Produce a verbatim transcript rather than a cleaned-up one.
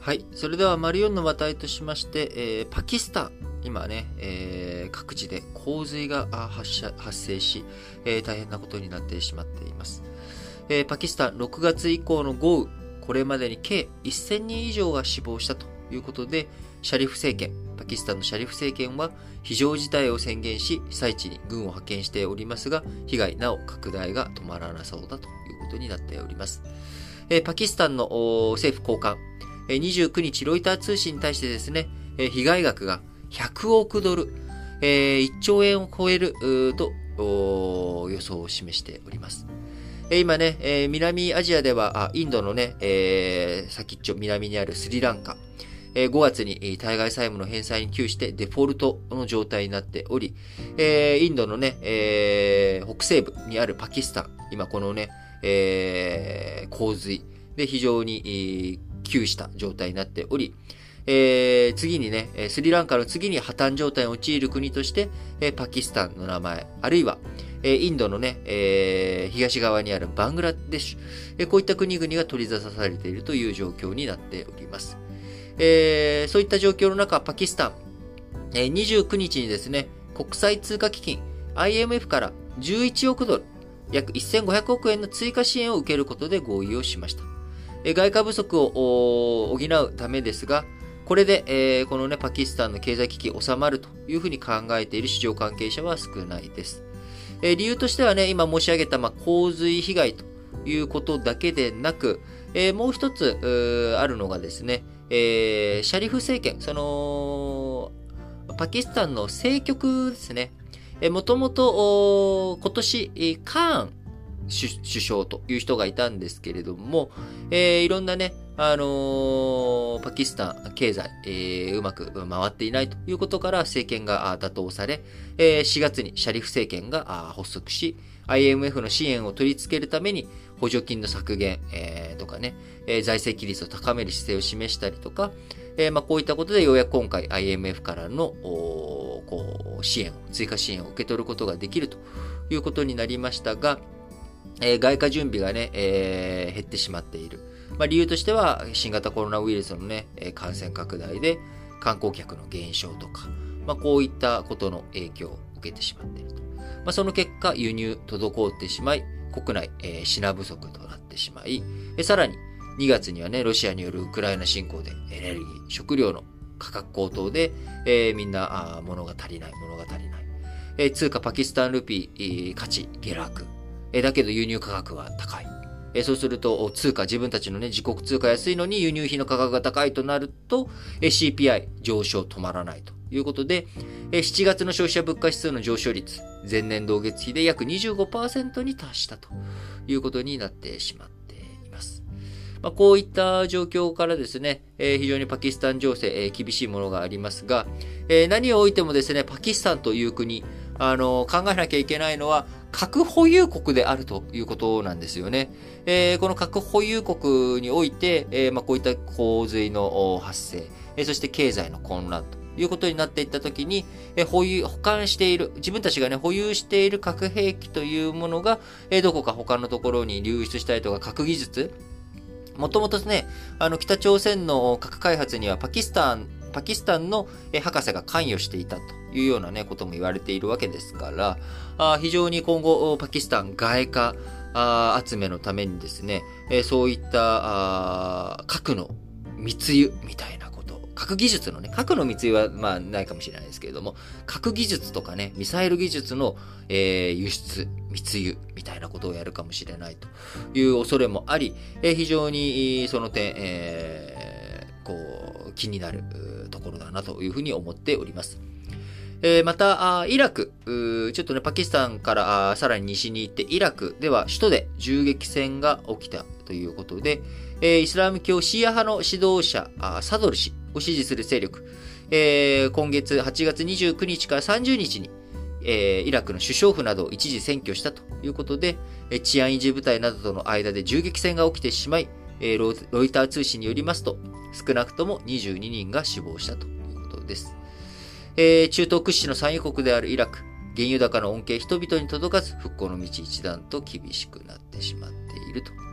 はい。それでは、丸よんの話題としまして、えー、パキスタン。今ね、えー、各地で洪水が発射発生し、えー、大変なことになってしまっています。えー、パキスタンろくがつ以降の豪雨、これまでに計せんにん以上が死亡したということで、シャリフ政権、パキスタンのシャリフ政権は非常事態を宣言し、被災地に軍を派遣しておりますが、被害なお拡大が止まらなそうだということになっております。えー、パキスタンの政府高官、えー、にじゅうくにちロイター通信に対してですね、えー、被害額がひゃくおくドル、えー、いっちょうえんを超えると予想を示しております。えー、今ね、えー、南アジアでは、あインドのね、えー、先っちょ南にあるスリランカ、えー、ごがつに対外債務の返済に窮してデフォルトの状態になっており、えー、インドのね、えー、北西部にあるパキスタン、今このね、えー、洪水で非常に、えー、窮した状態になっており、えー、次にね、スリランカの次に破綻状態に陥る国として、パキスタンの名前、あるいは、インドのね、えー、東側にあるバングラデシュ、こういった国々が取り沙汰されているという状況になっております。えー、そういった状況の中、パキスタン、にじゅうくにちにですね、国際通貨基金 アイエムエフ からじゅういちおくドル、約せんごひゃくおくえんの追加支援を受けることで合意をしました。外貨不足を補うためですが、これで、えー、このね、パキスタンの経済危機収まるというふうに考えている市場関係者は少ないです。えー、理由としてはね、今申し上げた、まあ、洪水被害ということだけでなく、えー、もう一つあるのがですね、えー、シャリフ政権、その、パキスタンの政局ですね。もともと今年、カーン首相という人がいたんですけれども、えー、いろんなね、あのー、パキスタン経済、えー、うまく回っていないということから政権が打倒され、えー、しがつにシャリフ政権が発足し、アイエムエフ の支援を取り付けるために補助金の削減、えー、とかね、えー、財政規律を高める姿勢を示したりとか、えーまあ、こういったことでようやく今回 アイエムエフ からのこう支援を、追加支援を受け取ることができるということになりましたが、えー、外貨準備がね、えー、減ってしまっている。まあ、理由としては、新型コロナウイルスのね、感染拡大で観光客の減少とか、まあ、こういったことの影響を受けてしまっていると。まあ、その結果、輸入滞ってしまい、国内、えー、品不足となってしまい、えさらににがつにはね、ロシアによるウクライナ侵攻でエネルギー、食料の価格高騰で、えー、みんなあ物が足りない、物が足りない。えー、通貨パキスタンルピー、えー、価値下落。えー、だけど輸入価格は高い。えー、そうすると、通貨、自分たちのね、自国通貨安いのに輸入品の価格が高いとなると、えー、シーピーアイ 上昇止まらないということで、えー、しちがつの消費者物価指数の上昇率、前年同月比で約 にじゅうごパーセント に達したということになってしまっています。まあ、こういった状況からですね、えー、非常にパキスタン情勢、えー、厳しいものがありますが、えー、何をおいてもですね、パキスタンという国、あのー、考えなきゃいけないのは、核保有国であるということなんですよね。えー、この核保有国において、えーまあ、こういった洪水の発生、えー、そして経済の混乱ということになっていったときに、えー、保有、保管している、自分たちがね、保有している核兵器というものが、えー、どこか他のところに流出したりとか、核技術、もともとですね、あの、北朝鮮の核開発にはパキスタン、パキスタンの博士が関与していたというようなね、ことも言われているわけですから、あ非常に今後、パキスタン外貨あ集めのためにですね、えそういったあ核の密輸みたいなこと、核技術のね、核の密輸はまあないかもしれないですけれども、核技術とかね、ミサイル技術の、えー、輸出、密輸みたいなことをやるかもしれないという恐れもあり、えー、非常にその点、えー、こう気になるところだなというふうに思っております。えー、また、イラク、ちょっとね、パキスタンからさらに西に行って、イラクでは首都で銃撃戦が起きたということで、えー、イスラム教シーア派の指導者、サドル氏を支持する勢力、えー、今月はちがつにじゅうくにちからさんじゅうにちに、えー、イラクの首相府などを一時占拠したということで、治安維持部隊などとの間で銃撃戦が起きてしまい、えー、ロイター通信によりますと、少なくともにじゅうににんが死亡したということです。えー、中東屈指の産油国であるイラク、原油高の恩恵、人々に届かず、復興の道一段と厳しくなってしまっていると